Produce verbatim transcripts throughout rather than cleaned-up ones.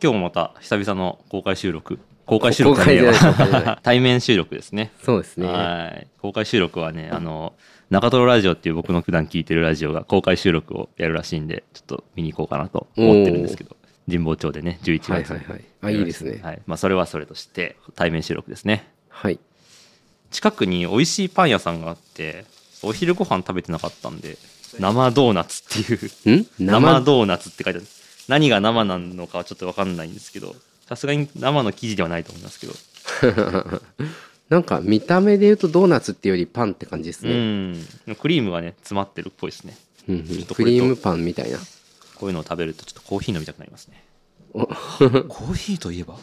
今日もまた久々の公開収録公開収録じゃねえわ対面収録ですね。 そうですね。 はい公開収録はねあの中トロラジオっていう僕の普段聞いてるラジオが公開収録をやるらしいんでちょっと見に行こうかなと思ってるんですけど、神保町でねじゅういちがつに、 はいはいはい、あいいですね、 はいまあ、それはそれとして対面収録ですね。 はい近くに美味しいパン屋さんがあってお昼ご飯食べてなかったんで生ドーナツっていうん生ドーナツって書いてある。何が生なのかはちょっと分かんないんですけどさすがに生の生地ではないと思いますけどなんか見た目で言うとドーナツっていうよりパンって感じですね。 うんクリームがね詰まってるっぽいですね、 うんうん、クリームパンみたいな。 こういうのを食べるとちょっとコーヒー飲みたくなりますねコーヒーといえば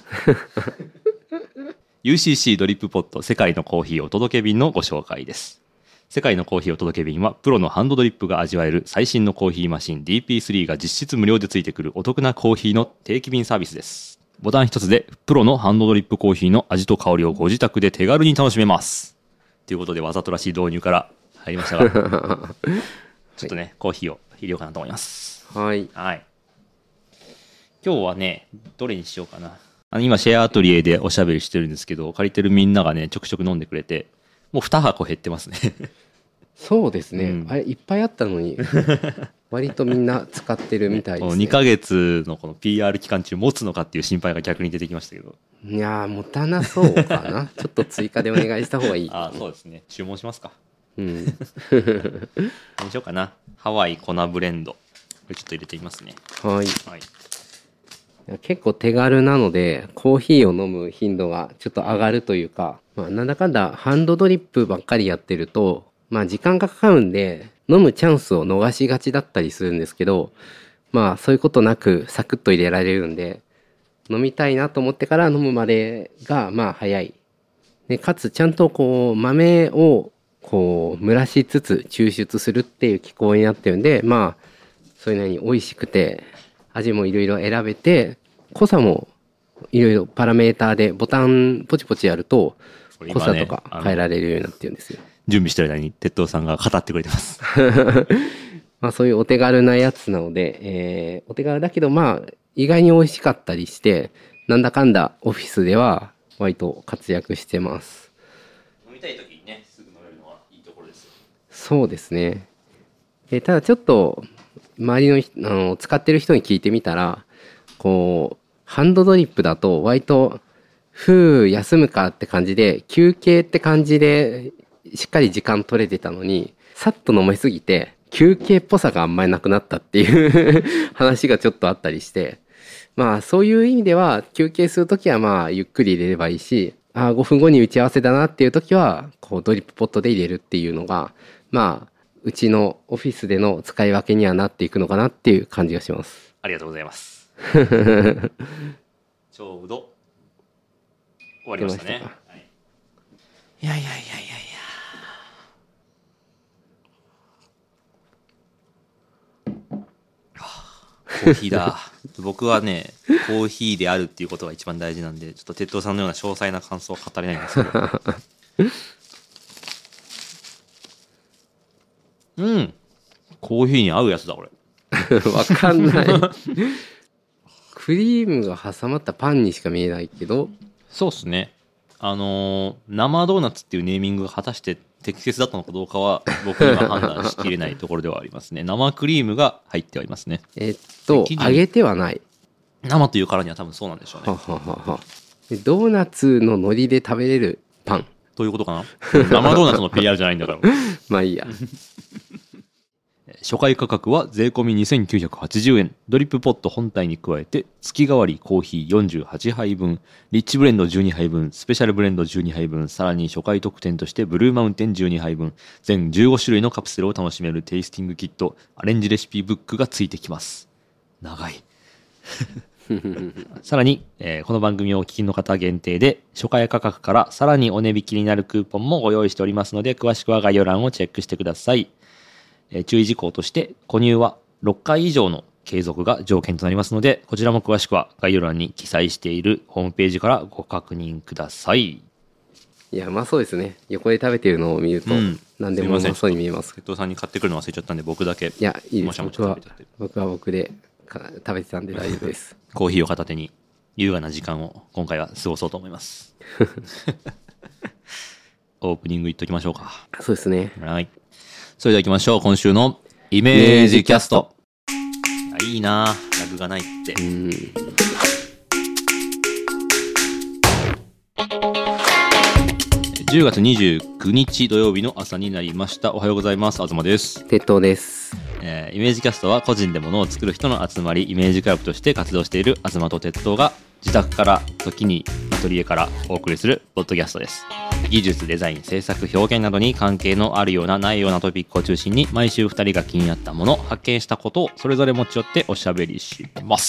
ユーシーシー ドリップポット世界のコーヒーお届け便のご紹介です。世界のコーヒーお届け便はプロのハンドドリップが味わえる最新のコーヒーマシン ディーピースリー が実質無料でついてくるお得なコーヒーの定期便サービスです。ボタン一つでプロのハンドドリップコーヒーの味と香りをご自宅で手軽に楽しめますということでわざとらしい導入から入りましたがちょっとね、はい、コーヒーを入れようかなと思います。 はい、 はい、今日はねどれにしようかな。あの今シェアアトリエでおしゃべりしてるんですけど借りてるみんながねちょくちょく飲んでくれてもうに箱減ってますねそうですね、うん、あれいっぱいあったのに割とみんな使ってるみたいですねにかげつのこの ピーアール 期間中持つのかっていう心配が逆に出てきましたけどいやー持たなそうかなちょっと追加でお願いした方がいいあそうですね注文しますかうん何しようかな。ハワイ粉ブレンドこれちょっと入れてみますね。 はい、はい、 いや結構手軽なのでコーヒーを飲む頻度がちょっと上がるというか、まあ、なんだかんだハンドドリップばっかりやってるとまあ時間がかかるんで飲むチャンスを逃しがちだったりするんですけどまあそういうことなくサクッと入れられるんで飲みたいなと思ってから飲むまでがまあ早いでかつちゃんとこう豆をこう蒸らしつつ抽出するっていう機構になってるんでまあそれなりに美味しくて味もいろいろ選べて濃さもいろいろパラメーターでボタンポチポチやると濃さとか変えられるようになってるんですよ。 準備してる間に鉄道さんが語ってくれてますまあそういうお手軽なやつなので、えー、お手軽だけどまあ意外に美味しかったりしてなんだかんだオフィスでは割と活躍してます。 飲みたい時にねすぐ飲めるのはいいところですよ。 そうですね。えただちょっと周りの、あの使ってる人に聞いてみたらこうハンドドリップだと割とふう休むかって感じで休憩って感じでしっかり時間取れてたのにさっと飲みすぎて休憩っぽさがあんまりなくなったっていう話がちょっとあったりしてまあそういう意味では休憩するときはまあゆっくり入れればいいしあごふんごに打ち合わせだなっていうときはこうドリップポットで入れるっていうのがまあうちのオフィスでの使い分けにはなっていくのかなっていう感じがします。 ありがとうございますちょうど終わりましたね。はい、いやいやいやいやいやコーヒーだ僕はねコーヒーであるっていうことが一番大事なんでちょっと鉄道さんのような詳細な感想は語れないんですけどうんコーヒーに合うやつだこれわかんないクリームが挟まったパンにしか見えないけどそうっすねあのー、生ドーナツっていうネーミングが果たして適切だったのかどうかは僕には判断しきれないところではありますね生クリームが入ってはいますね。 えっと揚げてはない生というからには多分そうなんでしょうね。 ははははドーナツの海苔で食べれるパンということかな生ドーナツの ピーアール じゃないんだからまあいいや初回価格は税込みにせんきゅうひゃくはちじゅうえんドリップポット本体に加えて月替わりコーヒーよんじゅうはちはいぶんリッチブレンドじゅうにはいぶんスペシャルブレンドじゅうにはいぶんさらに初回特典としてブルーマウンテンじゅうにはいぶん全じゅうごしゅるいのカプセルを楽しめるテイスティングキットアレンジレシピブックがついてきます。長いさらに、えー、この番組をお聞きの方限定で初回価格からさらにお値引きになるクーポンもご用意しておりますので詳しくは概要欄をチェックしてください。えー、注意事項として購入はろっかい以上の継続が条件となりますのでこちらも詳しくは概要欄に記載しているホームページからご確認ください。 いやうまそうですね。横で食べてるのを見ると、うん、何でもうまそうに見えます。 鉄道さんに買ってくるの忘れちゃったんで僕だけいやいいです。僕は僕は僕で食べてたんで大丈夫ですコーヒーを片手に優雅な時間を今回は過ごそうと思いますオープニングいっときましょうか。 そうですね。 はい。それでは行きましょう。今週のイメージキャスト。あ、いいな、ラグがないって。うん。じゅうがつにじゅうくにち土曜日の朝になりました。おはようございます。東です。 鉄塔です。 えー、イメージキャストは個人で物を作る人の集まり、イメージクラブとして活動している東と鉄塔が自宅から時にアトリエからお送りするポッドキャストです。技術、デザイン、制作、表現などに関係のあるようなないようなトピックを中心に毎週ふたりが気になったもの、発見したことをそれぞれ持ち寄っておしゃべりします。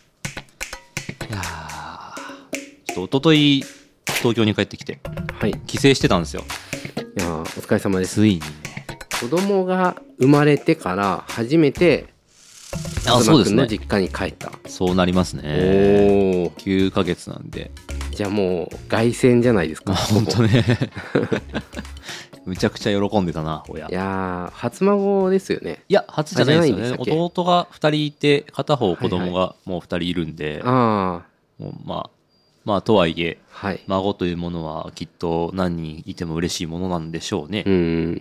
いやー、ちょっと一昨日東京に帰ってきて、はい、帰省してたんですよ。 いやー、お疲れ様です。 ついにね、 子供が生まれてから初めて東君の実家に帰った。 そうなりますね。おきゅうかげつなんで。 じゃあもう凱旋じゃないですか。 本当ねむちゃくちゃ喜んでたな親。 いや初孫ですよね。 いや初じゃないですよね。弟がふたりいて片方子供がもうふたりいるんで、はいはい、あもうまあまあとはいえ、はい、孫というものはきっと何人いても嬉しいものなんでしょうね。うん。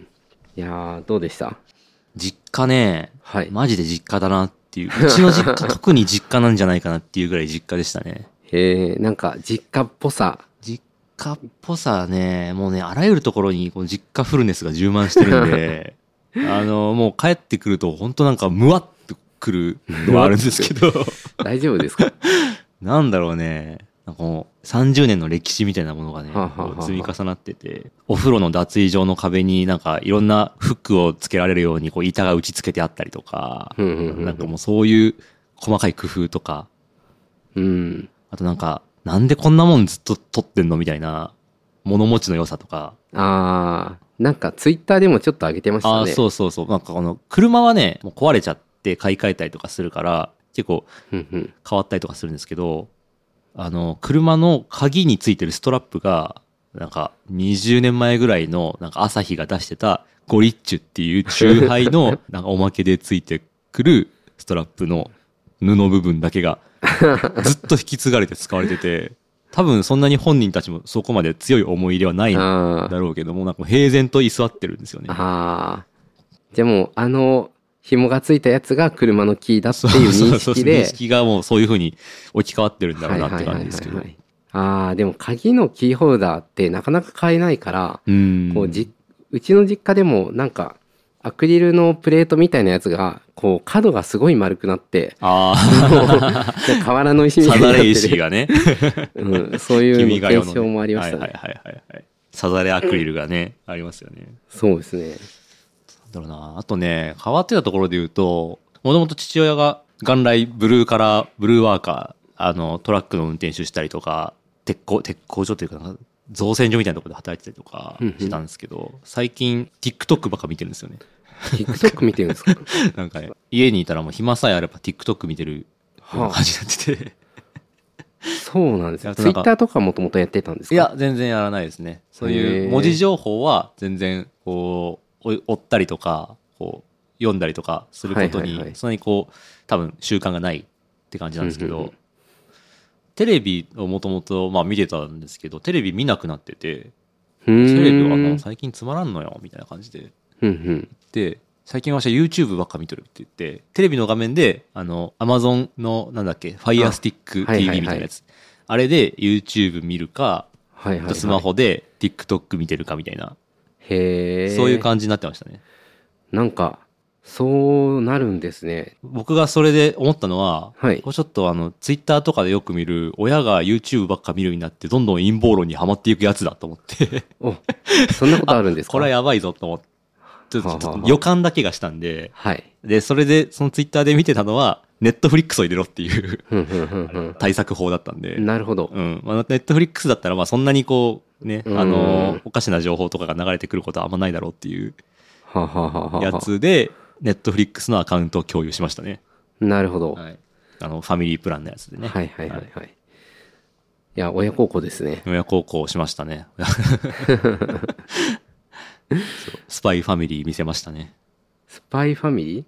いやどうでした？ 実家ね、はい、マジで実家だなっていう、うちの実家特に実家なんじゃないかなっていうぐらい実家でしたね。 へえ、なんか実家っぽさ。 実家っぽさね、もうね、あらゆるところにこの実家フルネスが充満してるんであのもう帰ってくると本当なんかムワッとくるのはあるんですけど大丈夫ですか？ なんだろうね、なんかこうさんじゅうねんの歴史みたいなものがね、はははは積み重なってて、お風呂の脱衣場の壁になんかいろんなフックをつけられるようにこう板が打ち付けてあったりとか、なんかもうそういう細かい工夫とか、うん、あとなんかなんでこんなもんずっと撮ってんのみたいな物持ちの良さとか。あー、なんかツイッターでもちょっと上げてましたね。 あ、そうそうそう、なんかこの車はねもう壊れちゃって買い替えたりとかするから結構変わったりとかするんですけど、あの車の鍵についてるストラップがなんかにじゅうねんまえぐらいのなんか朝日が出してたゴリッチュっていうチューハイのなんかおまけでついてくるストラップの布部分だけがずっと引き継がれて使われてて、多分そんなに本人たちもそこまで強い思い入れはないんだろうけども、なんか平然と居座ってるんですよね。ああ、じゃあもうあの紐がついたやつが車のキーだっていう認識で、 認識がもうそういう風に置き換わってるんだろうなって感じですけど。 ああ、でも鍵のキーホルダーってなかなか買えないから、うん、こうじうちの実家でもなんかアクリルのプレートみたいなやつがこう角がすごい丸くなって、ああ瓦の石みたいになってる。 サザレ石がね、 うん、そういう現象もありましたね。はいはいはいはい。サザレアクリルがね、うん、ありますよね。 そうですね。 だろうな、あとね変わってたところで言うと、もともと父親が元来ブルーカラーブルーワーカー、あのトラックの運転手したりとか鉄工鉄工所というか造船所みたいなところで働いてたりとかしたんですけど、うんうん、最近 TikTok ばっか見てるんですよね。 TikTok 見てるんですか？ なんか、ね、家にいたらもう暇さえあれば TikTok 見てるような感じになってて、はあ、そうなんですよ。Twitter とかもともとやってたんですか？ いや全然やらないですね。そういう文字情報は全然こう追ったりとかこう読んだりとかすることにそんなにこう多分習慣がないって感じなんですけど、うんうんうん、テレビをもともと見てたんですけどテレビ見なくなってて、テレビはもう最近つまらんのよみたいな感じで、うんうん、で最近私は YouTube ばっか見とるって言ってテレビの画面であの Amazon のなんだっけ Fire Stick ティーブイ みたいなやつ、あれで YouTube 見るか、はいはいはい、スマホで TikTok 見てるかみたいな、へー、そういう感じになってましたね。 なんかそうなるんですね。 僕がそれで思ったのは、はい、これちょっとあのツイッターとかでよく見る親が YouTube ばっか見るようになってどんどん陰謀論にはまっていくやつだと思ってお、そんなことあるんですか？ これはやばいぞと思ってちょっとちょっと予感だけがしたんで、はい、でそれでそのツイッターで見てたのはネットフリックスを入れろっていう対策法だったんで、 なるほど、 うんまあ、ネットフリックスだったらまあそんなにこうね、あのおかしな情報とかが流れてくることはあんまないだろうっていうやつでネットフリックスのアカウントを共有しましたね。 なるほど、はい、 あのファミリープランのやつでね。 はいはいはいはい、はい、いや親孝行ですね。 親孝行しましたねスパイファミリー見せましたね。 スパイファミリー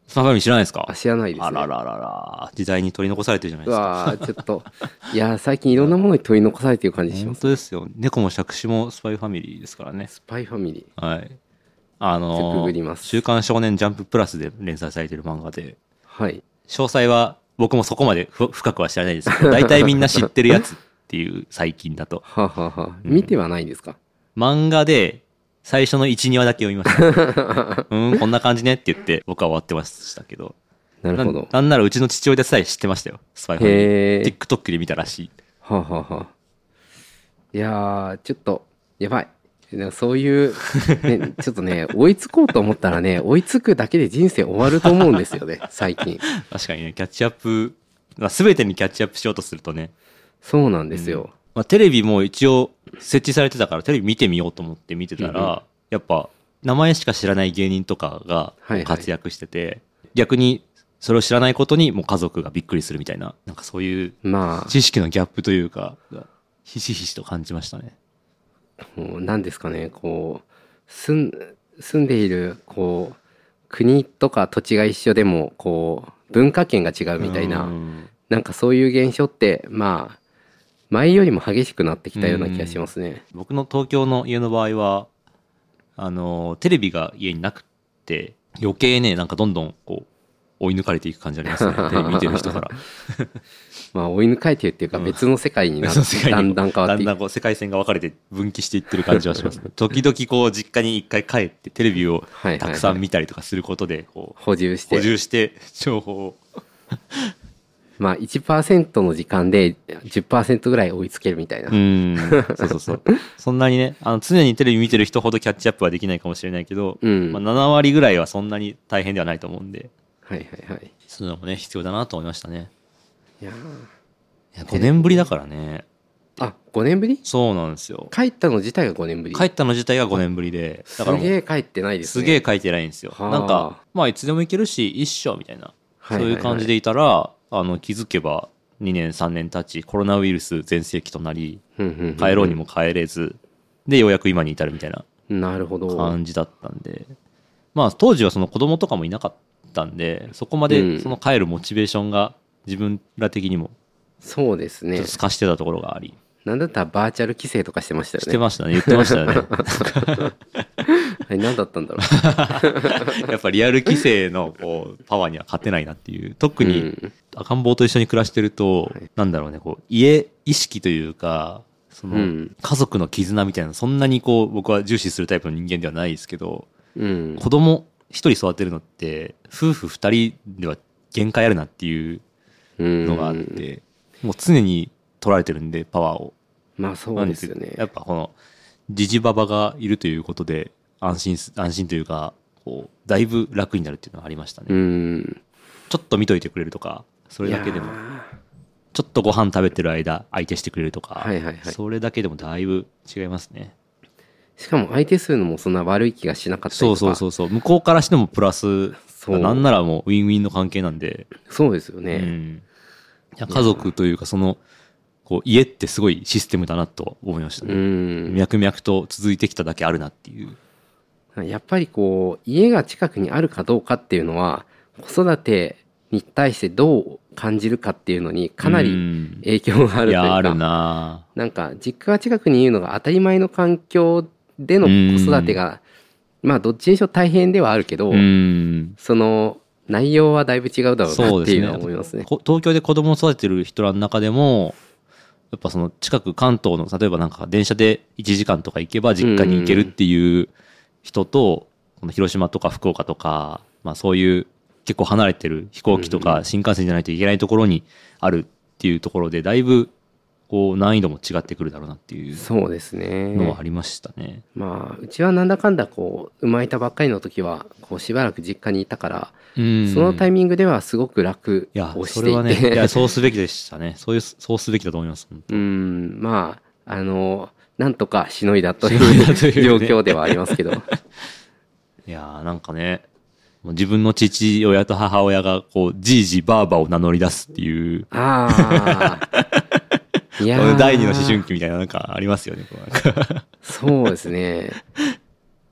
スパイファミリー知らないですか？ あ、知らないですね。 あらららら、時代に取り残されてるじゃないうですか。 わーちょっといやー最近いろんなものに取り残されてる感じしま本す。 当ですよ。猫も杓子もスパイファミリーですからね。 スパイファミリー。 はい。あちょっとのーググります週刊少年ジャンププラスで連載されてる漫画で、 はい。 詳細は僕もそこまでふ深くは知らないですけど、大体みんな知ってるやつっていう最近だと。 はあ、はあはあ、 うん見てはないんですか？ 漫画で最初のいち、にわだけ読みました。うん、こんな感じねって言って僕は終わってましたけど。 なるほど。 ななんならうちの父親でさえ知ってましたよ。スパイファミリー。 へー TikTok で見たらしい。 はあ、はあはあ、いやーちょっとやばい。なんかそういう、ね、ちょっとね追いつこうと思ったらね追いつくだけで人生終わると思うんですよね最近。 確かにね、キャッチアップ、まあ、全てにキャッチアップしようとするとね、 そうなんですよ。 まあ、テレビも一応設置されてたからテレビ見てみようと思って見てたら、 うんうんやっぱ名前しか知らない芸人とかがはいはい活躍してて、逆にそれを知らないことにもう家族がびっくりするみたいな、なんかそういうまあ知識のギャップというかがひしひしと感じましたね。 もう何ですかねこう住ん住んでいるこう国とか土地が一緒でもこう文化圏が違うみたいな、 うんなんかそういう現象ってまあ前よりも激しくなってきたような気がしますね。 僕の東京の家の場合はあのテレビが家になくて余計ねなんかどんどんこう追い抜かれていく感じありますね。テレビ見てる人からまあ追い抜かれてるっていうか別の世界になって、 別の世界にだんだん変わっていく。 だんだんこう世界線が分かれて分岐していってる感じはしますね。時々こう実家に一回帰ってテレビをはいはいはいたくさん見たりとかすることでこう補充して補充して情報をまあ いちパーセント の時間で じゅっパーセント ぐらい追いつけるみたいな。 うーんそうそうそうそんなにねあの常にテレビ見てる人ほどキャッチアップはできないかもしれないけど、 うんまあ、なな割ぐらいはそんなに大変ではないと思うんではいはいはい。 そういうのもね必要だなと思いましたね。 いやーいやごねんぶりだからね。 あごねんぶり？ そうなんですよ。 帰ったの自体がごねんぶり。 帰ったの自体がごねんぶりでだからもうすげえ帰ってないですすね。 げえ書いてないんですよ。 はあなんかまあいつでも行けるし一緒みたいな、 はいはいはいそういう感じでいたらあの気づけばにねんさんねん経ちコロナウイルス全盛期となりうんうんうんうん帰ろうにも帰れずでようやく今に至るみたいななるほど。 感じだったんで、まあ当時はその子供とかもいなかったんでそこまうんでその帰るモチベーションが自分ら的にもそうですねちょっと。透かしてたところがあり、 なんだったらバーチャル規制とかしてましたよね。 してましたね言ってましたよねあれ何だったんだろやっぱリアル規制のこうパワーには勝てないなっていう特う。うにん赤ん坊と一緒に暮らしてると、なんだろうねこう家意識というかその、 うん家族の絆みたいなそんなにこう僕は重視するタイプの人間ではないですけどうん子供一人育てるのって夫婦二人では限界あるなっていううんのがあって、もう常に取られてるんでパワーをまあそうですよね。 やっぱこのジジババがいるということで安心す安心というかこうだいぶ楽になるっていうのがありましたね、 うん。 ちょっと見といてくれるとかそれだけでもいやちょっとご飯食べてる間相手してくれるとか、 はいはいはいそれだけでもだいぶ違いますね。 ーしかも相手するのもそんな悪い気がしなかったりとか。 そうそうそうそう向こうからしてもプラスそうなんならもうウィンウィンの関係なんで、 そうですようね。 ん、いや家族というかそのこう家ってすごいシステムだなと思いましたうね、 ん。 脈々と続いてきただけあるなっていう。 やっぱりこう家が近くにあるかどうかっていうのは子育てに対してどう感じるかっていうのにかなりうん影響があるというか、 いやあるななんか実家が近くにいるのが当たり前の環境での子育てがまあどっちにしろ大変ではあるけど、 うんその内容はだいぶ違うだろうなそうですねっていうのは思いますね。 こ東京で子供を育ててる人らの中でもやっぱその近く関東の例えばなんか電車でいちじかんとか行けば実家に行けるっていう人と、この広島とか福岡とか、まあ、そういう結構離れてる飛行機とか新幹線じゃないといけないところにあるっていうところでだいぶこう難易度も違ってくるだろうなっていうそうですね。 のはありましたね。 まあうちはなんだかんだこう生まれたばっかりの時はこうしばらく実家にいたから、 うんそのタイミングではすごく楽いやをしていそれはねいて、 やそうすべきでしたね。そういうそうすべきだと思います。 うんまああのなんとかしのいだといしのいだといううね状況ではありますけど、 いやーなんかねもう自分の父親と母親がこうじいじばあばを名乗り出すっていうああいやー第二の思春期みたいななんかありますよねこうなんかそうですね。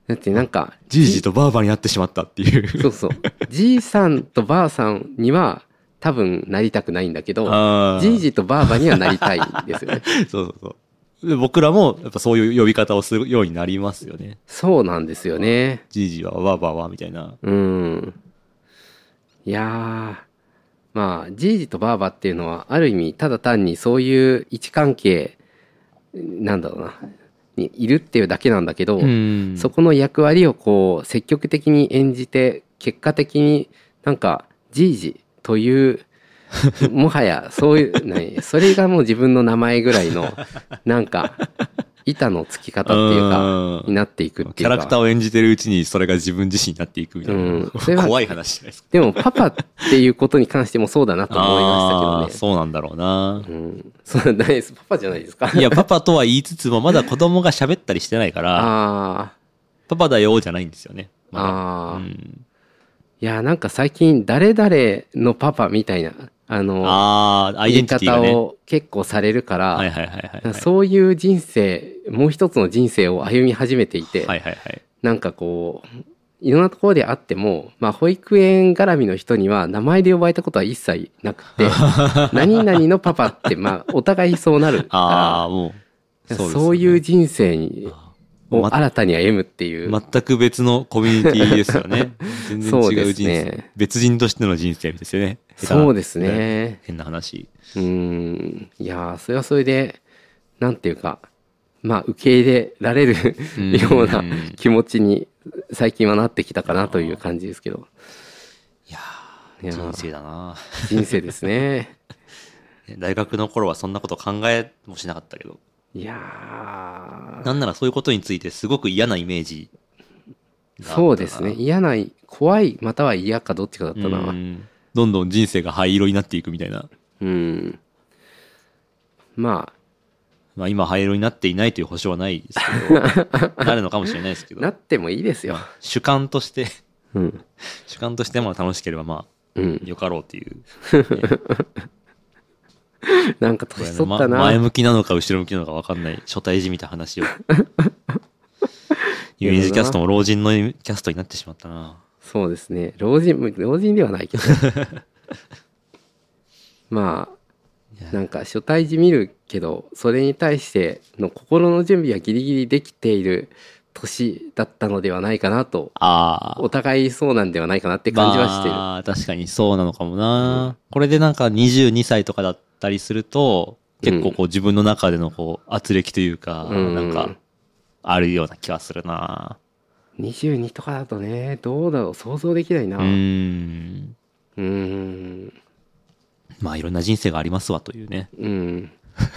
だってなんかじいじとばあばになってしまったっていうそうそうじいさんとばあさんには多分なりたくないんだけどじいじとばあばにはなりたいんですよねそうそうそうで僕らもやっぱそういう呼び方をするようになりますよね。 そうなんですよね。 じいじはばあばはみたいな。 うんいやーまあじいじとばあばっていうのはある意味ただ単にそういう位置関係なんだろうなにいるっていうだけなんだけど、 うんそこの役割をこう積極的に演じて結果的になんかじいじというもはやそういう何それがもう自分の名前ぐらいのなんか板のつき方っていうかになっていくっていうかキャラクターを演じてるうちにそれが自分自身になっていくみたいな、うん、それは怖い話じゃないですか。 でもパパっていうことに関してもそうだなと思いましたけどね。 そうなんだろうな、 うん、そうないです。パパじゃないですか。 いやパパとは言いつつもまだ子供が喋ったりしてないからあパパだよじゃないんですよね、まだ。あ、うん、 いやなんか最近誰々のパパみたいなあのあアイデンティティがね、 言い方を結構されるから、 はいはいはいはいはい、 そういう人生もう一つの人生を歩み始めていて、 はいはいはい、 なんかこういろんなところであっても、まあ、保育園絡みの人には名前で呼ばれたことは一切なくて何々のパパってまあお互いそうなるからあもう そうですね、そういう人生にを新たに歩むっていう、 ま、全く別のコミュニティですよね全然違う人生、ね、別人としての人生ですよね。 そうですね。 変な話。 うーんいやそれはそれでなんていうかまあ受け入れられるような気持ちに最近はなってきたかなという感じですけど。 いやー人生だな。 人生ですね大学の頃はそんなこと考えもしなかったけど、 いやーなんならそういうことについてすごく嫌なイメージがあったな。 そうですね、嫌な怖いまたは嫌かどっちかだったな。 うんどんどん人生が灰色になっていくみたいな。 うんまあまあ今灰色になっていないという保証はないですけどなるのかもしれないですけどなってもいいですよ、 主観として、 うん、 主観としてまあ楽しければまあ、うん、よかろうっていう、ね、 なんか年取ったな、 ま、前向きなのか後ろ向きなのか分かんない初対じみた話をユニーズキャストも老人のキャストになってしまったな。 そうですね老人老人ではないけどまあなんか初対じ見るけどそれに対しての心の準備はギリギリできている年だったのではないかなと、あお互いそうなんではないかなって感じはしてる。 まあ確かにそうなのかもな、うん、これでなんかにじゅうにさいとかだったりすると結構こう自分の中でのこう圧力というか、うん、なんかあるような気はするな。 にじゅうにとかだとねどうだろう想像できないな。うーんうーんまあいろんな人生がありますわというね。 うん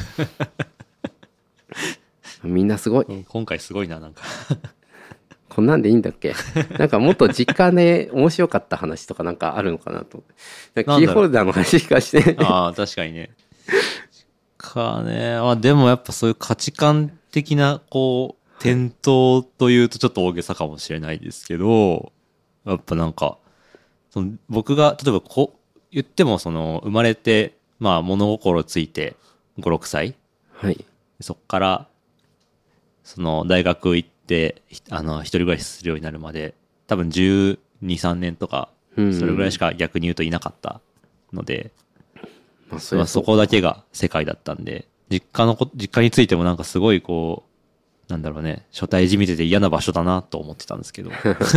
みんなすごい、 うん、今回すごいななんかこんなんでいいんだっけなんかもっと実家で面白かった話とかなんかあるのかなと。キーホルダーの話しかしてああ確かにねかね、まあ、でもやっぱそういう価値観的なこう転倒というとちょっと大げさかもしれないですけど、やっぱなんかその僕が例えばこう言ってもその生まれてまあ物心ついてごろくさい、 はい、 そっからその大学行ってあの一人暮らしするようになるまで多分じゅうに、さんねんとかそれぐらいしか逆に言うといなかったので、まあ、そ, そこだけが世界だったんで、実家のこ実家についてもなんかすごいこうなんだろうね初対じみてて嫌な場所だなと思ってたんですけど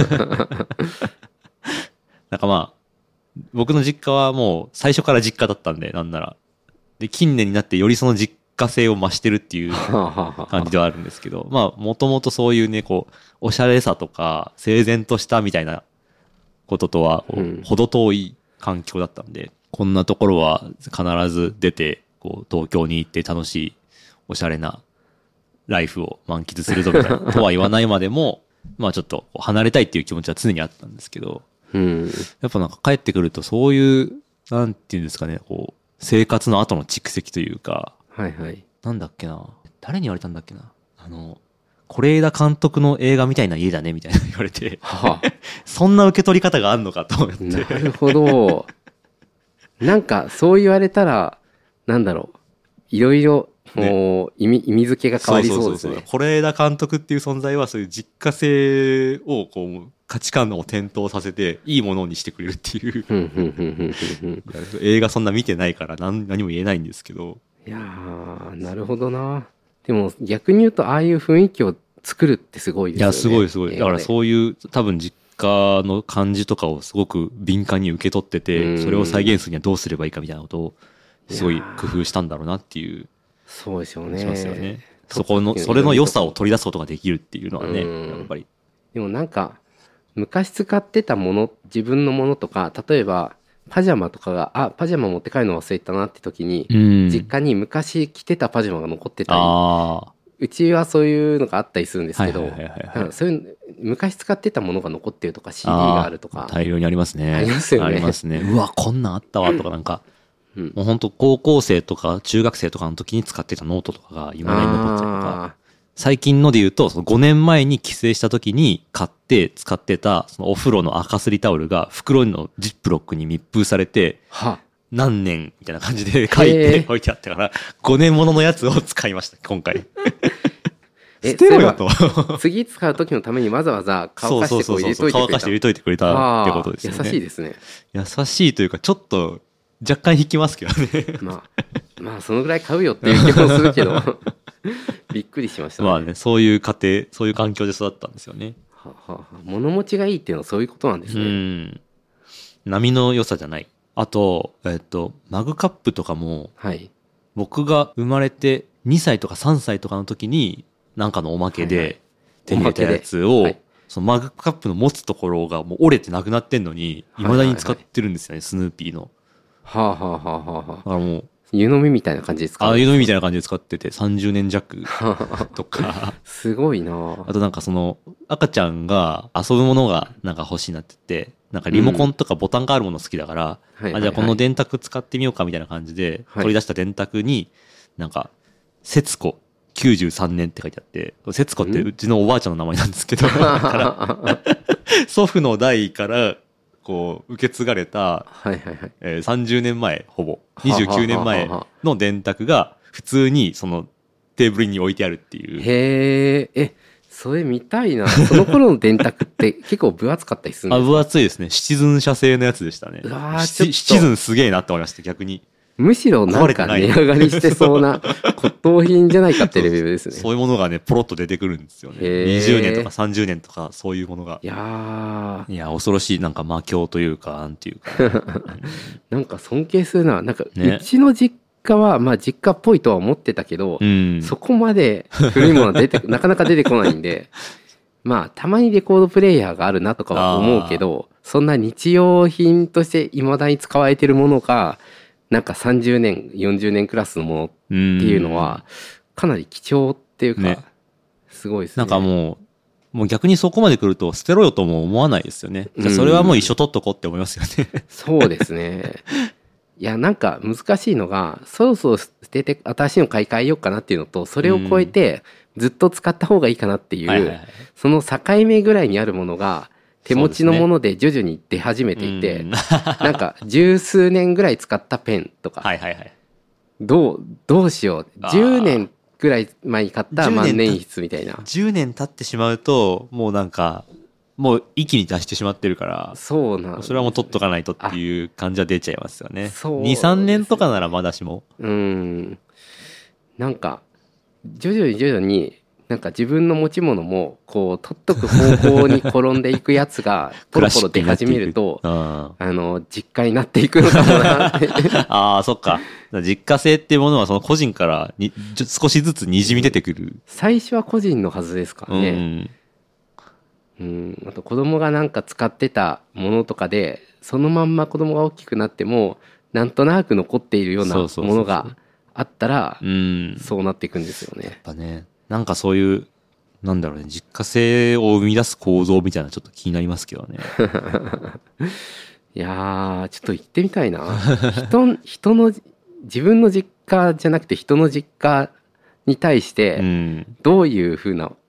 なんかまあ僕の実家はもう最初から実家だったんで、なんならで近年になってよりその実家性を増してるっていう感じではあるんですけどまあもともとそういうねこうおしゃれさとか整然としたみたいなこととは程遠い環境だったんで、うん、こんなところは必ず出てこう東京に行って楽しいおしゃれなライフを満喫するぞみたいなとは言わないまでもまあちょっと離れたいっていう気持ちは常にあったんですけど、 うん、 やっぱなんか帰ってくるとそういうなんていうんですかねこう生活の後の蓄積というか、 はいはい、 なんだっけな誰に言われたんだっけなあの是枝監督の映画みたいな家だねみたいな言われて、はあ、そんな受け取り方があんのかと思って。 なるほどなんかそう言われたらなんだろういろいろもう意味意味付けが変わりそうですね。 是枝監督っていう存在はそういう実家性をこう価値観を転倒させていいものにしてくれるっていう映画そんな見てないから何何も言えないんですけど。 いやーなるほどな。でも逆に言うとああいう雰囲気を作るってすごいですよね。 いやすごいすごい。だからそういう多分実家の感じとかをすごく敏感に受け取ってて、それを再現するにはどうすればいいかみたいなことをすごい工夫したんだろうなっていう。 そうですよね。 しますよね。そこのそれの良さを取り出すことができるっていうのはね、やっぱり。 でもなんか昔使ってたもの、自分のものとか、例えばパジャマとかが、あ、パジャマ持って帰るの忘れたなって時に、うん、実家に昔着てたパジャマが残ってたり、あ、うちはそういうのがあったりするんですけど、そういう昔使ってたものが残ってるとか シーディー があるとか大量にありますね。 ありますよね。 ありますね。うわこんなんあったわとかなんか、うん、もう本当高校生とか中学生とかの時に使ってたノートとかが今までに残ってたりとか。最近ので言うとそのごねんまえに帰省した時に買って使ってたそのお風呂の赤すりタオルが袋のジップロックに密封されて何年みたいな感じで書いて置いてあったからごねんもののやつを使いました今回。捨てろよと。 次使う時のためにわざわざ乾かしてこう入れといてくれた。 乾かして入れといてくれたってことですよね。 優しいですね。 優しいというかちょっと若干引きますけどね。 まあまあそのぐらい買うよっていう気もするけど。びっくりしましたね。 まあね、そういう家庭、そういう環境で育ったんですよね。 ははは物持ちがいいっていうのはそういうことなんですね。うん。 波の良さじゃない。あと、えっと、マグカップとかも、はい、僕が生まれてにさいとかさんさいとかの時に、なんかのおまけで手に入れたやつを、はいはい、そのマグカップの持つところがもう折れてなくなってんのに、未だに使ってるんですよね、スヌーピーの。 はあはあはあはあ。だからもう、 湯飲みみたいな感じで使う。 あ、湯飲みみたいな感じで使っててさんじゅうねん弱とかすごいな。 あとなんかその赤ちゃんが遊ぶものがなんか欲しいなって言ってなんかリモコンとかボタンがあるもの好きだから、うん、あじゃあこの電卓使ってみようかみたいな感じで取り出した電卓になんか節子きゅうじゅうさんねんって書いてあって、節子ってうちのおばあちゃんの名前なんですけど、だから祖父の代からこう受け継がれた、はいはいはいえー、さんじゅうねんまえほぼにじゅうきゅうねんまえの電卓が普通にそのテーブルに置いてあるっていう。 へえ、えそれ見たいな。その頃の電卓って結構分厚かったりするんですか？ あ、分厚いですね。シチズン社製のやつでしたね。シチズンすげえなって思いました逆に。 むしろなんか値上がりしてそうな骨董品じゃないかってレベルですね。 そういうものがねポロッと出てくるんですよね。にじゅうねんとかさんじゅうねんとかそういうものが。 いやいや恐ろしいなんか魔境というかなんていうかなんか尊敬するな。なんかうちの実家は、まあ実家っぽいとは思ってたけど、うん、そこまで古いものは出てなかなか出てこないんでまあたまにレコードプレイヤーがあるなとかは思うけど、そんな日用品として未だに使われてるものがなんかさんじゅうねんよんじゅうねんクラスのものっていうのはかなり貴重っていうか、ね、すごいですね。 なんかもうもう逆にそこまで来ると捨てろよとも思わないですよね。じゃあそれはもう一緒取っとこうって思いますよね。 そうですね。いやなんか難しいのがそろそろ捨てて新しいの買い替えようかなっていうのとそれを超えてずっと使った方がいいかなっていう、はいはいはい、その境目ぐらいにあるものが手持ちのもので徐々に出始めていて、ね、なんか十数年ぐらい使ったペンとか、はいはいはい、どうどうしようじゅうねんぐらい前に買った万年筆みたいな。 じゅうねん経ってしまうともうなんかもう一気に出してしまってるからそうなん、ね、 それはもう取っとかないとっていう感じは出ちゃいますよね。にさんねんとかならまだしもうんなんか徐々に徐々になんか自分の持ち物もこう取っとく方向に転んでいくやつがポロポロ出始めるとあの実家になっていくのかもなってああそっか実家性っていうものはその個人からに少しずつにじみ出てくる。 最初は個人のはずですからね。うん、うんあと子供がなんか使ってたものとかでそのまんま子供が大きくなってもなんとなく残っているようなものがあったらそうなっていくんですよね。やっぱねなんかそういうなんだろうね実家性を生み出す構造みたいなちょっと気になりますけどね。 いやーちょっと行ってみたいな。人人の自分の実家じゃなくて人の実家に対してどういうふうな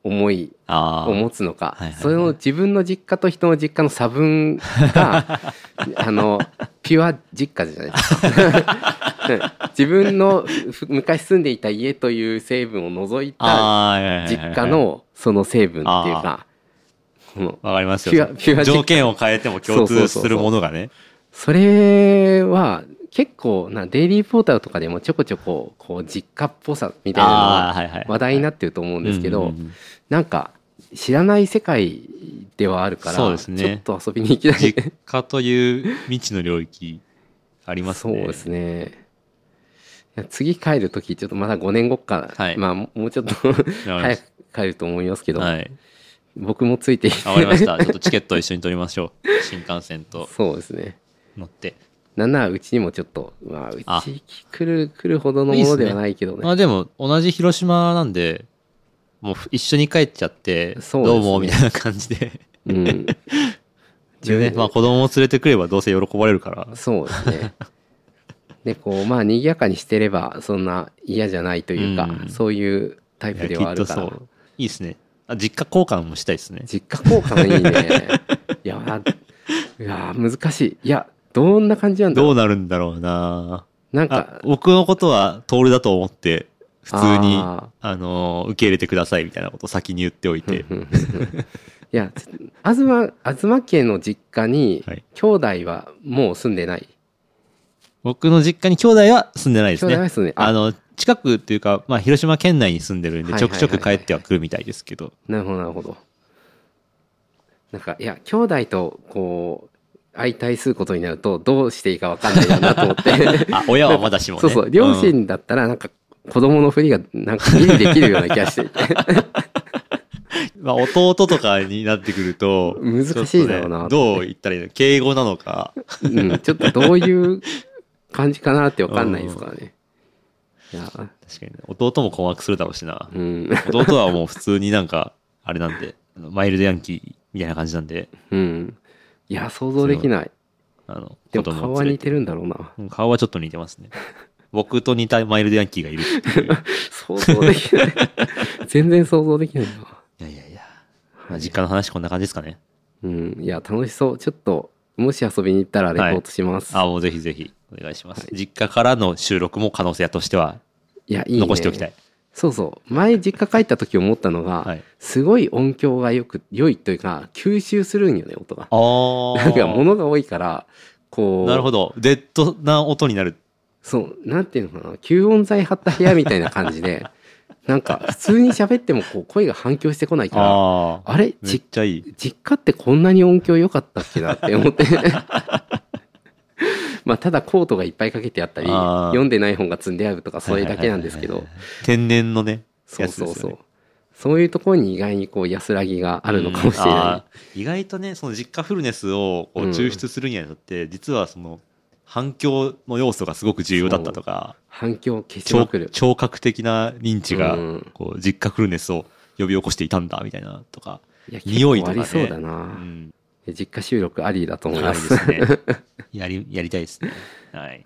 思いあを持つのか、 はいはいはいその自分の実家と人の実家の差分があのピュア実家じゃないですか自分のふ昔住んでいた家という成分を除いたあーはいはいはいはい実家のその成分っていうか、このわかりますよ。 ピュアピュア実家条件を変えても共通するものがね。 それは結構なデイリーポータルとかでもちょこちょここう実家っぽさみたいなのあーはいはいが話題になってると思うんですけど、 うんうんうんなんか知らない世界ではあるから、 そうですねちょっと遊びに行きたい実家という未知の領域ありますね。 そうですね。いや次帰る時ちょっとまだごねんごか、 はいまあもうちょっと早く帰ると思いますけど、 はい。 僕もついていわかりました。ちょっとチケット一緒に取りましょう。新幹線とそうですね。 乗って。 なんならうちにもちょっとまあうあち来る来るほどのものではないけどね。 まあでも同じ広島なんで、もう一緒に帰っちゃって、 そうですねどうもみたいな感じで。 うん。 でね、まあ子供を連れてくればどうせ喜ばれるから。 そうですね。でこうまあ賑やかにしてればそんな嫌じゃないというか、 うんそういうタイプではあるから。 いやきっとそう。いいですね。あ、実家交換もしたいですね。 実家交換いいね。いやいや難しい。いやどんな感じなんだろう。 どうなるんだろうな。あなんか僕のことはトールだと思って普通にああの受け入れてくださいみたいなことを先に言っておいて、 いや東東家の実家にはい兄弟はもう住んでない。 僕の実家に兄弟は住んでないですね。 兄弟は住んでああの近くっていうか、まあ、広島県内に住んでるんではいちょくちょくはいはいはい帰ってはくるみたいですけど、 なるほどなるほど。なんかいや兄弟とこう相対することになるとどうしていいか分かんないよなと思ってあ親はまだしもね。 そうそう両親だったらなんか子供のふりがなんかギリできるような気がしていてまあ、弟とかになってくると難しいだろうなちょっとねどう言ったらいいの、敬語なのかうん、ちょっとどういう感じかなって分かんないですからね。いや、 確かにね、弟も困惑するだろうしな。 うん、 弟はもう普通になんかあれなんであのマイルドヤンキーみたいな感じなんで、 うん、いや想像できない。 あのでも子供を連れて顔は似てるんだろうな。 うん顔はちょっと似てますね。僕と似たマイルドヤンキーがいるっていう。 想像できない全然想像できないな。 いやいやいや、まあ、実家の話こんな感じですかね。 うん、いや楽しそう。ちょっともし遊びに行ったらレポートします。 あ、もうぜひぜひお願いします。 はい実家からの収録も可能性としてはいやいいね。 残しておきたい。 そうそう前実家帰った時思ったのが、 はいすごい音響がよく良いというか吸収するんよね音が。 あーなんか物が多いからこうなるほど。デッドな音になる。 そうなんていうのかな吸音材貼った部屋みたいな感じでなんか普通に喋ってもこう声が反響してこないからああ。 あれめっじちゃいい。 実家ってこんなに音響良かったっけなって思ってまあただコートがいっぱいかけてあったりあー読んでない本が積んであるとかそれだけなんですけどはいはいはいはい天然のね、 そうそうそうやつですよねそういうところに意外にこう安らぎがあるのかもしれうんあなー意外とね、その実家フルネスをこううん抽出するにあたって、実はその反響の要素がすごく重要だったとか、 い反響を消しま聴くる聴覚的な認知がうんこう実家フルネスを呼び起こしていたんだみたいなとか、 いや匂いとかね結構ありそうだな、 うん、 実家収録ありだと思いありますですね。やりやりたいですね。はい。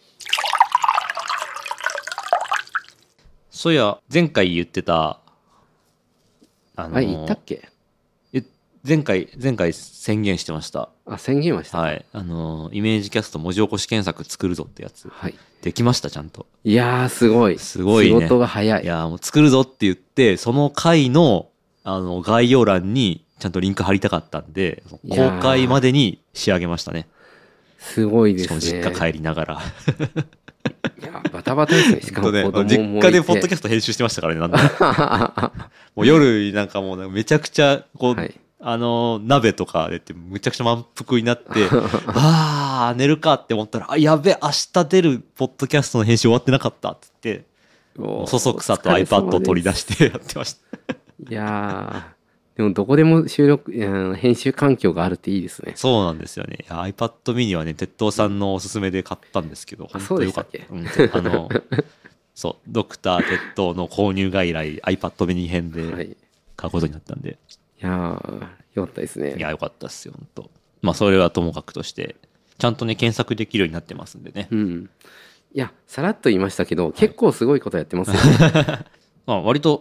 そういや前回言ってたあのあれ言ったっけえ前回前回宣言してました。 あ宣言はしたはい。あのイメージキャスト文字起こし検索作るぞってやつはいできましたちゃんと。 いやーすごいすごいね仕事が早いいやもう作るぞって言ってその回のあの概要欄にちゃんとリンク貼りたかったんでいやー公開までに仕上げましたね。 すごいでしかすねも実家帰りながら。 いやバタバタですねしかも本当ね、 子供もいて実家でポッドキャスト編集してましたからねなんだもう夜なんかもうなんかめちゃくちゃこう、 はいあの鍋とかでってむちゃくちゃ満腹になってあー寝るかって思ったらあやべ明日出るポッドキャストの編集終わってなかったっつってもうそそくさと iPad を取り出してやってましたいやーでもどこでも収録うん編集環境があるっていいですねそうなんですよね。いや iPad mini はね鉄塔さんのおすすめで買ったんですけどあ本当よかった。 そうでうんあのそうドクター鉄塔の購入外来 iPad mini 編ではいい買うことになったんで、 やーよかったですねいやよかったっすよ本当。まあそれはともかくとしてちゃんとね検索できるようになってますんでね。 うんいやさらっと言いましたけど結構すごいことやってますよね、 まあ割と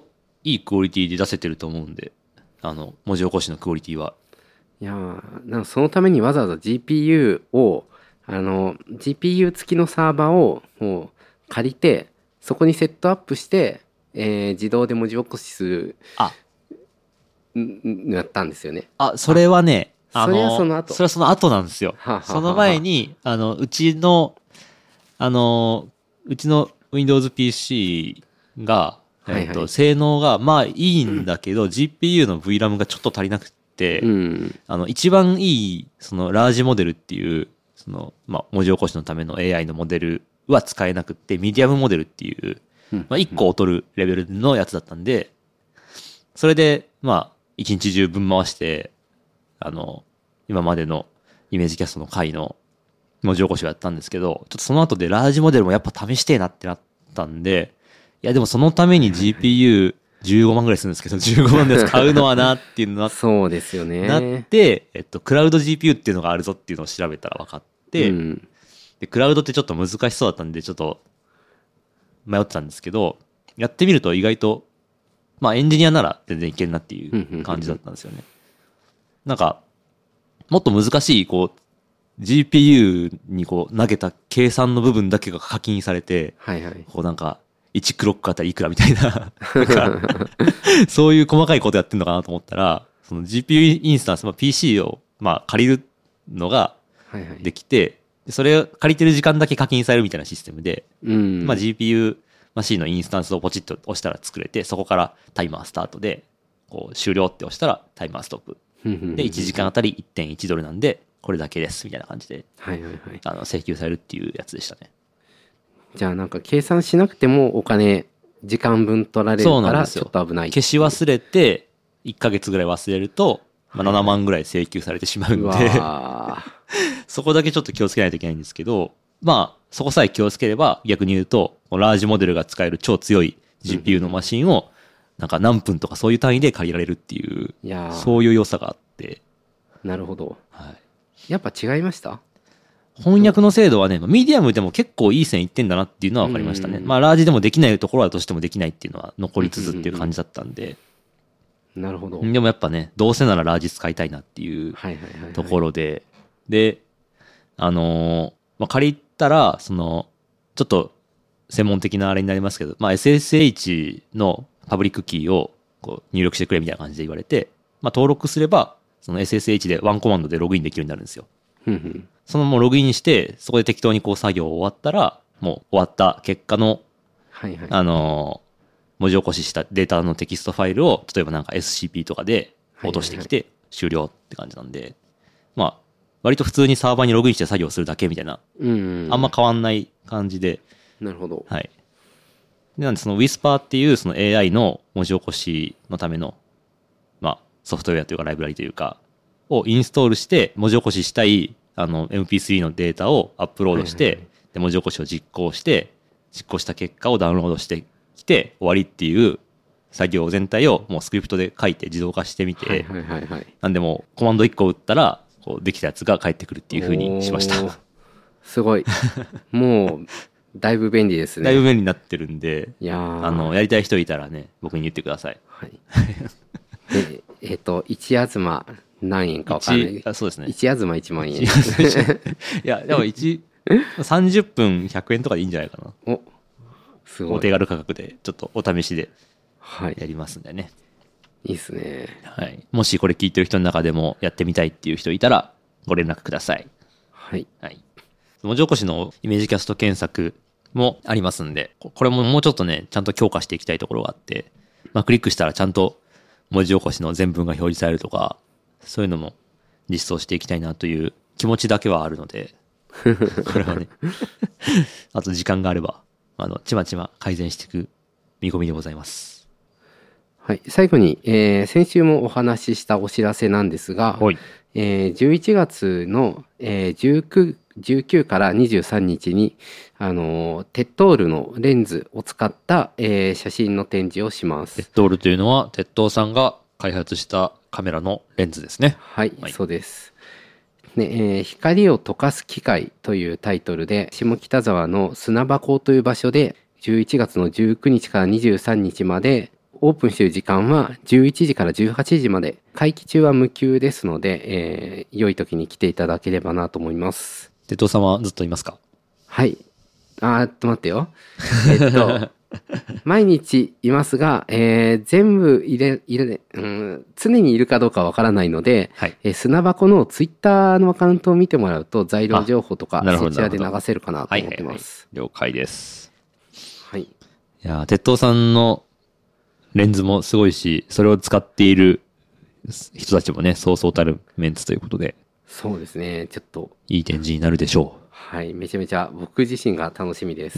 いいクオリティで出せてると思うんで、あの文字起こしのクオリティは。 いやーなんかそのためにわざわざ ジーピーユー をあの ジーピーユー 付きのサーバーをもう借りてそこにセットアップして、えー自動で文字起こしするあんやったんですよね。 あそれはね、あそれはその後それはその後なんですよ。 はあはあはあその前にあのうちのあのうちの Windows ピーシー が、えっとはいはい性能がまあいいんだけど、ジーピーユー の ブイラム がちょっと足りなくて、 うんあの一番いいそのラージモデルっていうその、まあ、文字起こしのための エーアイ のモデルは使えなくってミディアムモデルっていう、 うんまあ、いっこ劣るレベルのやつだったんで、それでまあ一日中分回してあの今までのイメージキャストの回の文字起こしをやったんですけど、ちょっとその後でラージモデルもやっぱ試してえなってなったんで、いやでもそのために ジーピーユーじゅうごまんぐらいするんですけど、じゅうごまんのやつ買うのはなっていうのなそうですよね。 なって、えっと、クラウド ジーピーユー っていうのがあるぞっていうのを調べたら分かって、 うんで、クラウドってちょっと難しそうだったんで、ちょっと迷ってたんですけど、やってみると意外と、まあエンジニアなら全然いけるなっていう感じだったんですよね。なんか、もっと難しい、こう、ジーピーユー にこう投げた計算の部分だけが課金されて、 はいはいこうなんか、いちクロックあたりいくらみたいな、なんか、そういう細かいことやってんのかなと思ったら、その ジーピーユー インスタンス、まあ、ピーシー をまあ借りるのがはいはいできて、でそれを借りてる時間だけ課金されるみたいなシステムで、 うんまあ、ジーピーユー マシンのインスタンスをポチッと押したら作れて、そこからタイマースタートで、こう終了って押したらタイマーストップ。で、いちじかんあたり いってんいちドルなんで、これだけですみたいな感じで、 はいはいはい。 あの請求されるっていうやつでしたね。 じゃあなんか計算しなくてもお金時間分取られるそうからちなんですよょっと危ない。 消し忘れていっかげつぐらい忘れると、まあ、ななまんぐらい請求されてしまうんで、 うわそこだけちょっと気をつけないといけないんですけど、まあそこさえ気をつければ逆に言うとラージモデルが使える超強い ジーピーユー のマシンをなんか何分とかそういう単位で借りられるっていうーいやーそういう良さがあって、 なるほど。 はい、 やっぱ違いました？ 翻訳の精度はね、ミディアムでも結構いい線いってんだなっていうのは分かりましたね。 うんまあラージでもできないところはどうしてもできないっていうのは残りつつっていう感じだったんで、 なるほど。 でもやっぱね、どうせならラージ使いたいなっていうはいはいはいはい。 ところで、で、あのーまあ、借りたら、その、ちょっと専門的なあれになりますけど、まあ、エスエスエイチ のパブリックキーをこう入力してくれみたいな感じで言われて、まあ、登録すれば、その エスエスエイチ でワンコマンドでログインできるようになるんですよ。 ふんふんそのもうログインして、そこで適当にこう作業終わったら、もう終わった結果の、 はいはい。 あのー文字起こししたデータのテキストファイルを、例えばなんか エスシーピー とかで落としてきて終了って感じなんで、まあ、割と普通にサーバーにログインして作業するだけみたいな、 うん。 あんま変わんない感じで、 なるほど。 はい。でなんでその Whisper っていうその エーアイ の文字起こしのための、まあ、ソフトウェアというかライブラリというか、をインストールして文字起こししたいあの エムピースリー のデータをアップロードして、 はいはいはいで文字起こしを実行して、実行した結果をダウンロードしてきて終わりっていう作業全体をもうスクリプトで書いて自動化してみて、 はいはいはいはい。 なんでもうコマンドいっこ打ったらこうできたやつが返ってくるっていう風にしました。 おーすごい。もう、だいぶ便利ですね。 だいぶ便利になってるんで、 いやーあのやりたい人いたらね僕に言ってください。 はい。でえっ、と、一東何円かわかんない一。あそうですね。 一東一万円。 いやでも一さんじゅっぷんひゃくえんとかでいいんじゃないかな。 お、すごい。 お手軽価格でちょっとお試しではい。 やりますんでね。 いいっすね。 はい。もしこれ聞いてる人の中でもやってみたいっていう人いたらご連絡ください。 はい。 はい。文字起こしのイメージキャスト検索もありますんで、ここれももうちょっとね、ちゃんと強化していきたいところがあって、まあ、クリックしたらちゃんと文字起こしの全文が表示されるとか、そういうのも実装していきたいなという気持ちだけはあるので、これはね、あと時間があれば、あの、ちまちま改善していく見込みでございます。 はい。最後に、えー先週もお話ししたお知らせなんですが、 はい。 えーじゅういちがつの、えーじゅうく、じゅうくからにじゅうさんにちに、あのーテッドールのレンズを使った、えー写真の展示をしまテッす。 ドールというのは、鉄道さんが開発したカメラのレンズですね。 はい、 はいそうです。ねえー光を溶かす機械というタイトルで、下北沢の砂場港という場所で、じゅういちがつのじゅうくにちからにじゅうさんにちまで、 オープンしている時間はじゅういちじからじゅうはちじまで、会期中は無給ですので、えー、良い時に来ていただければなと思います。 鉄道さんはずっといますか？ はい。あーっと待ってよ。えっと、毎日いますが、えー、全部入れ、入れ、うん、常にいるかどうかわからないので、 はい、 えー、砂箱のツイッターのアカウントを見てもらうと材料情報とかそちらで流せるかなと思ってます。 はいはいはい、了解です。 はい。 いや、鉄道さんのレンズもすごいし、それを使っている人たちもね、そうそうたるメンツということで。 そうですね、ちょっと。 いい展示になるでしょう。 はい、めちゃめちゃ僕自身が楽しみです。 うん。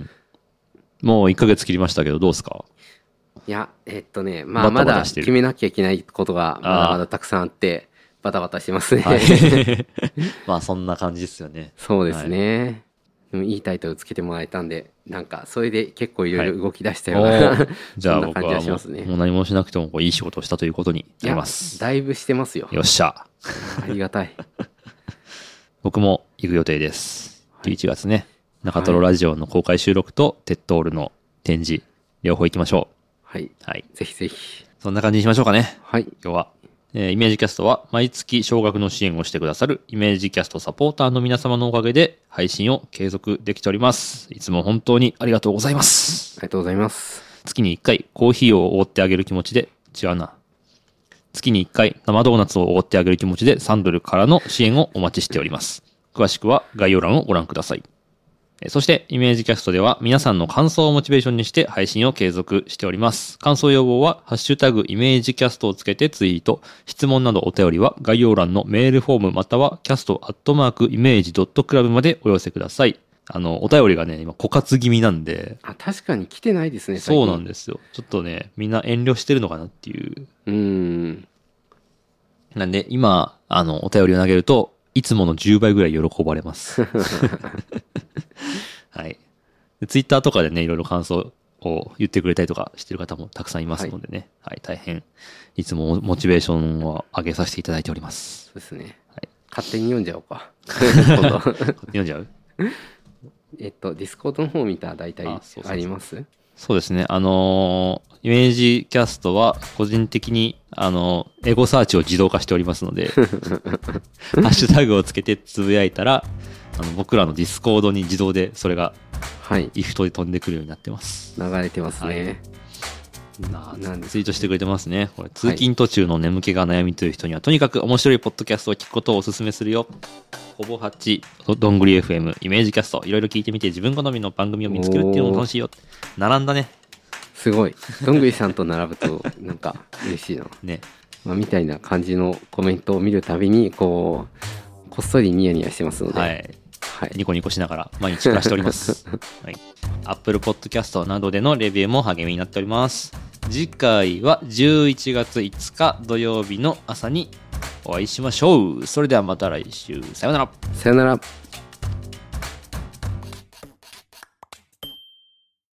もういっかげつ切りましたけど、どうですか？ いや、えっとね、まあまだ決めなきゃいけないことがまだまだたくさんあって、バタバタしてますね。はい、 まあそんな感じですよね。 そうですね。はい、いいタイトルつけてもらえたんで、なんかそれで結構いろいろ動き出したような、はい、 じゃあ僕はもう、もう何もしなくてもこういい仕事をしたということになります。 だいぶしてますよ。 よっしゃ。 ありがたい。僕も行く予定です。じゅういちがつね、中トロラジオの公開収録とテッドールの展示、両方行きましょう。 はい。はい。ぜひぜひ。 そんな感じにしましょうかね。 はい。 今日は。えー、イメージキャストは毎月少額の支援をしてくださるイメージキャストサポーターの皆様のおかげで配信を継続できております。いつも本当にありがとうございます。 ありがとうございます。 月にいっかいコーヒーをおごってあげる気持ちで、違うな。月にいっかい生ドーナツをおごってあげる気持ちでさんドルからの支援をお待ちしております。詳しくは概要欄をご覧ください。そしてイメージキャストでは皆さんの感想をモチベーションにして配信を継続しております。感想要望はハッシュタグイメージキャストをつけてツイート、質問などお便りは概要欄のメールフォームまたはキャストアットマークイメージドットクラブまでお寄せください。あのお便りがね今枯渇気味なんで、 あ確かに来てないですね。 そうなんですよ。ちょっとねみんな遠慮してるのかなっていう。 うーん。 なんで今あのお便りを投げるといつものじゅうばいぐらい喜ばれます。はい。ツイッターとかでね、いろいろ感想を言ってくれたりとかしてる方もたくさんいますのでね。はい、はい、大変、いつもモチベーションを上げさせていただいております。 そうですね。 はい、 勝手に読んじゃおうか。今度読んじゃうえっと、ディスコードの方見たら大体あります？ そうですね。あのー、イメージキャストは個人的に、あのー、エゴサーチを自動化しておりますので、ハッシュタグをつけてつぶやいたら、あの僕らのディスコードに自動でそれが、はい、イフトで飛んでくるようになってます。 流れてますね。 はい、ななんでツイートしてくれてますね。これ通勤途中の眠気が悩みという人には、はい、とにかく面白いポッドキャストを聞くことをお勧めするよ。ほぼはち、どんぐり エフエム、イメージキャスト、いろいろ聞いてみて自分好みの番組を見つけるっていうのも楽しいよ。並んだね。 すごい。どんぐりさんと並ぶとなんか嬉しいな。ね。まあ、みたいな感じのコメントを見るたびにこうこっそりニヤニヤしてますので。はい。はい、ニコニコしながら毎日暮らしております。はい。Apple Podcast などでのレビューも励みになっております。次回はじゅういちがついつか土曜日の朝にお会いしましょう。それではまた来週。さようなら。 さようなら。